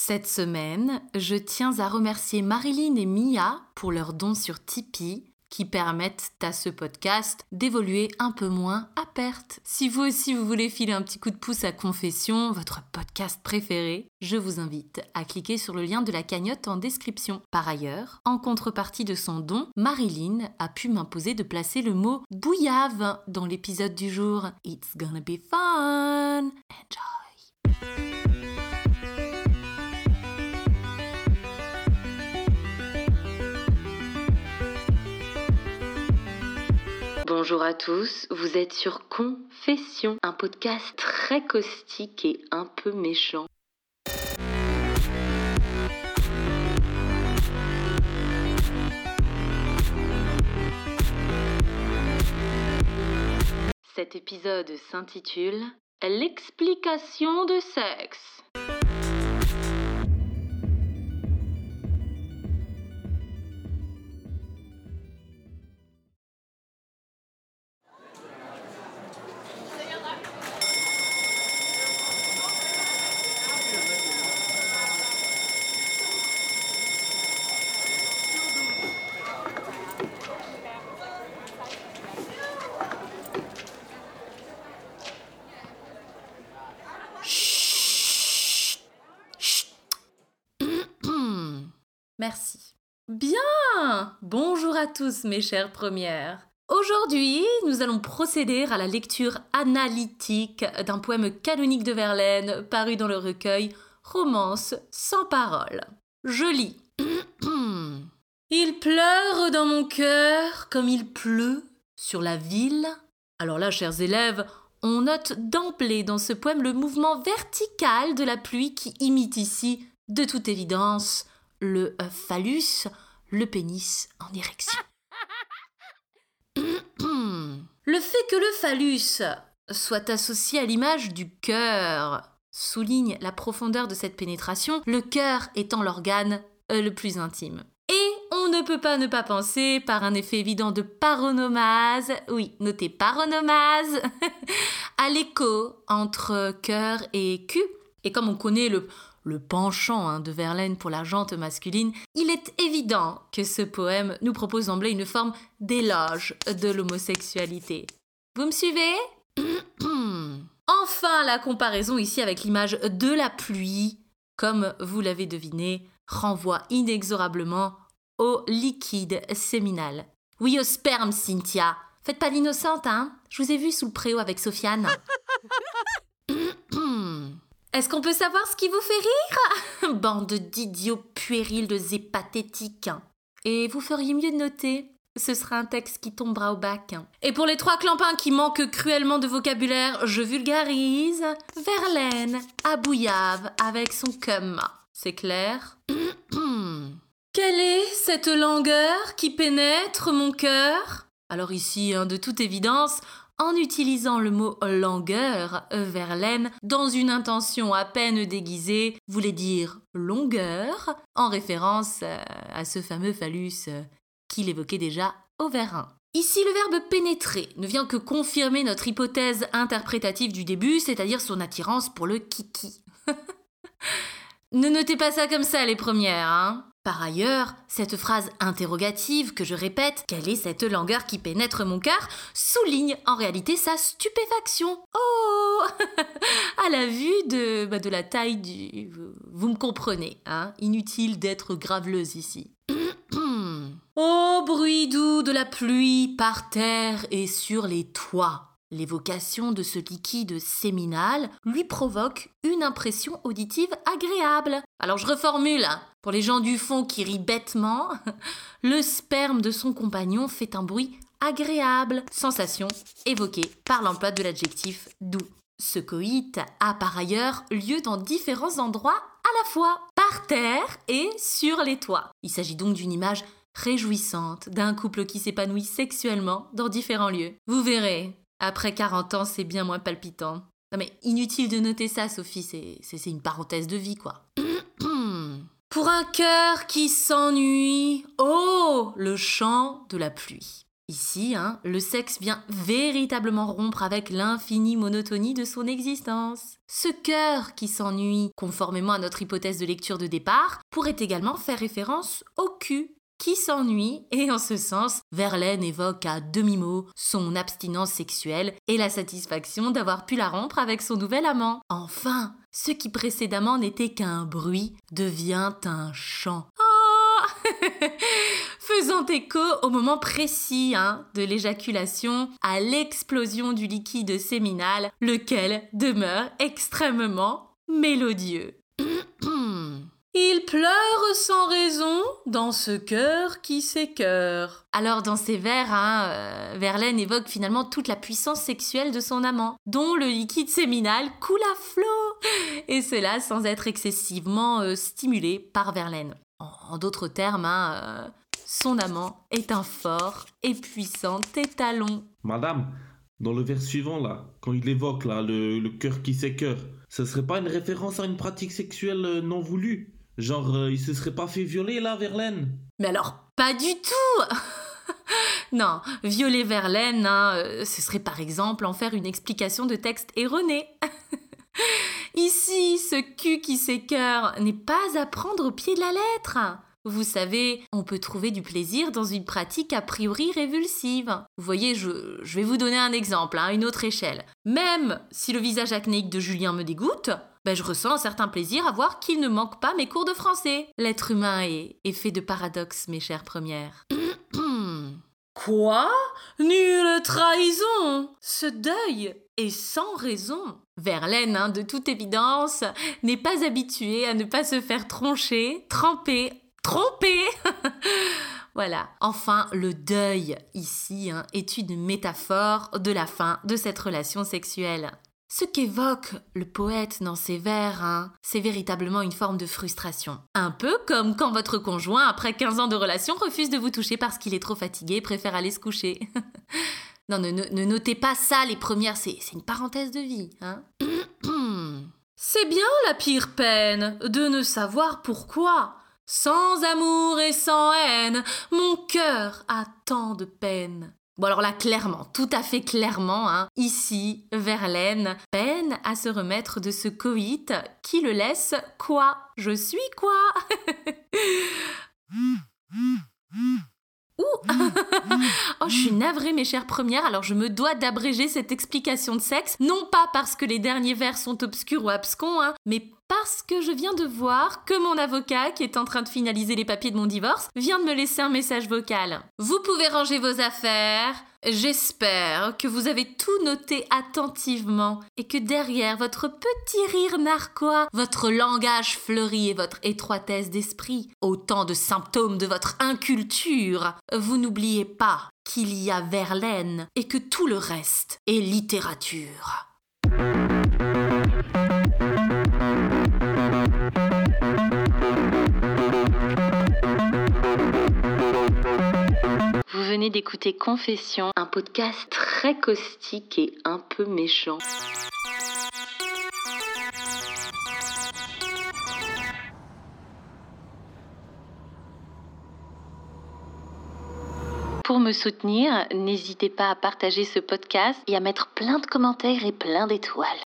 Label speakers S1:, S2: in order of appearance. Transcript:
S1: Cette semaine, je tiens à remercier Marilyn et Mia pour leurs dons sur Tipeee qui permettent à ce podcast d'évoluer un peu moins à perte. Si vous aussi vous voulez filer un petit coup de pouce à Confession, votre podcast préféré, je vous invite à cliquer sur le lien de la cagnotte en description. Par ailleurs, en contrepartie de son don, Marilyn a pu m'imposer de placer le mot « bouillave » dans l'épisode du jour. It's gonna be fun! Enjoy! Bonjour à tous, vous êtes sur Confession, un podcast très caustique et un peu méchant. Cet épisode s'intitule « L'explication de sexe ». Merci. Bien! Bonjour à tous mes chères premières. Aujourd'hui, nous allons procéder à la lecture analytique d'un poème canonique de Verlaine paru dans le recueil Romance sans parole. Je lis. Il pleure dans mon cœur comme il pleut sur la ville. Alors là, chers élèves, on note d'emblée dans ce poème le mouvement vertical de la pluie qui imite ici, de toute évidence, le phallus, le pénis en érection. Le fait que le phallus soit associé à l'image du cœur souligne la profondeur de cette pénétration, le cœur étant l'organe le plus intime. Et on ne peut pas ne pas penser, par un effet évident de paronomase, oui, notez paronomase, à l'écho entre cœur et cul. Et comme on connaît le penchant de Verlaine pour la jante masculine, il est évident que ce poème nous propose d'emblée une forme d'éloge de l'homosexualité. Vous me suivez ? Enfin, la comparaison ici avec l'image de la pluie, comme vous l'avez deviné, renvoie inexorablement au liquide séminal. Oui, au sperme, Cynthia. Faites pas l'innocente, hein ? Je vous ai vu sous le préau avec Sofiane. Est-ce qu'on peut savoir ce qui vous fait rire ? Bande d'idiots puérils de pathétiques. Et vous feriez mieux de noter, ce sera un texte qui tombera au bac. Et pour les 3 clampins qui manquent cruellement de vocabulaire, je vulgarise. Verlaine à bouillave avec son cum. C'est clair ? Quelle est cette langueur qui pénètre mon cœur ? Alors ici, de toute évidence, en utilisant le mot langueur, Verlaine, dans une intention à peine déguisée, voulait dire longueur, en référence à ce fameux phallus qu'il évoquait déjà au vers 1. Ici, le verbe pénétrer ne vient que confirmer notre hypothèse interprétative du début, c'est-à-dire son attirance pour le kiki. Ne notez pas ça comme ça, les premières, hein ? Par ailleurs, cette phrase interrogative que je répète, « Quelle est cette langueur qui pénètre mon cœur ?» souligne en réalité sa stupéfaction. Oh à la vue de la taille du... Vous me comprenez, hein ? Inutile d'être graveleuse ici. Ô bruit doux de la pluie par terre et sur les toits. L'évocation de ce liquide séminal lui provoque une impression auditive agréable. Alors je reformule, pour les gens du fond qui rient bêtement, le sperme de son compagnon fait un bruit agréable, sensation évoquée par l'emploi de l'adjectif doux. Ce coït a par ailleurs lieu dans différents endroits à la fois, par terre et sur les toits. Il s'agit donc d'une image réjouissante d'un couple qui s'épanouit sexuellement dans différents lieux. Vous verrez, après 40 ans, c'est bien moins palpitant. Non mais inutile de noter ça, Sophie, c'est une parenthèse de vie, quoi. Pour un cœur qui s'ennuie, oh, le chant de la pluie. Ici, le sexe vient véritablement rompre avec l'infinie monotonie de son existence. Ce cœur qui s'ennuie, conformément à notre hypothèse de lecture de départ, pourrait également faire référence au cul qui s'ennuie, et en ce sens, Verlaine évoque à demi-mot son abstinence sexuelle et la satisfaction d'avoir pu la rompre avec son nouvel amant. Enfin, ce qui précédemment n'était qu'un bruit devient un chant. Faisant écho au moment précis de l'éjaculation, à l'explosion du liquide séminal, lequel demeure extrêmement mélodieux. Il pleure sans raison dans ce cœur qui s'écœure. Alors dans ces vers, Verlaine évoque finalement toute la puissance sexuelle de son amant, dont le liquide séminal coule à flot, et cela sans être excessivement stimulé par Verlaine. En d'autres termes, son amant est un fort et puissant étalon.
S2: Madame, dans le vers suivant là, quand il évoque là le cœur qui s'écœure, ce serait pas une référence à une pratique sexuelle non voulue? Genre, il se serait pas fait violer là, Verlaine?
S1: Mais alors, pas du tout. Non, violer Verlaine, ce serait par exemple en faire une explication de texte erronée. Ici, ce cul qui s'écœure n'est pas à prendre au pied de la lettre. Vous savez, on peut trouver du plaisir dans une pratique a priori révulsive. Vous voyez, je vais vous donner un exemple, à une autre échelle. Même si le visage acnéique de Julien me dégoûte, je ressens un certain plaisir à voir qu'il ne manque pas mes cours de français. L'être humain est fait de paradoxes, mes chères premières. Quoi? Nulle trahison! Ce deuil est sans raison. Verlaine, de toute évidence, n'est pas habitué à ne pas se faire troncher, tromper. Voilà. Enfin, le deuil, ici, est une métaphore de la fin de cette relation sexuelle. Ce qu'évoque le poète dans ses vers, c'est véritablement une forme de frustration. Un peu comme quand votre conjoint, après 15 ans de relation, refuse de vous toucher parce qu'il est trop fatigué et préfère aller se coucher. Non, ne notez pas ça, les premières, c'est une parenthèse de vie. C'est bien la pire peine de ne savoir pourquoi. Sans amour et sans haine, mon cœur a tant de peine. Bon alors là, clairement, tout à fait clairement, ici, Verlaine peine à se remettre de ce coït qui le laisse quoi? Je suis quoi? Oh, je suis navrée, mes chères premières, alors je me dois d'abréger cette explication de sexe, non pas parce que les derniers vers sont obscurs ou abscons, mais parce que je viens de voir que mon avocat, qui est en train de finaliser les papiers de mon divorce, vient de me laisser un message vocal. Vous pouvez ranger vos affaires. J'espère que vous avez tout noté attentivement et que derrière votre petit rire narquois, votre langage fleuri et votre étroitesse d'esprit, autant de symptômes de votre inculture, vous n'oubliez pas qu'il y a Verlaine et que tout le reste est littérature. Vous venez d'écouter Confession, un podcast très caustique et un peu méchant. Pour me soutenir, n'hésitez pas à partager ce podcast et à mettre plein de commentaires et plein d'étoiles.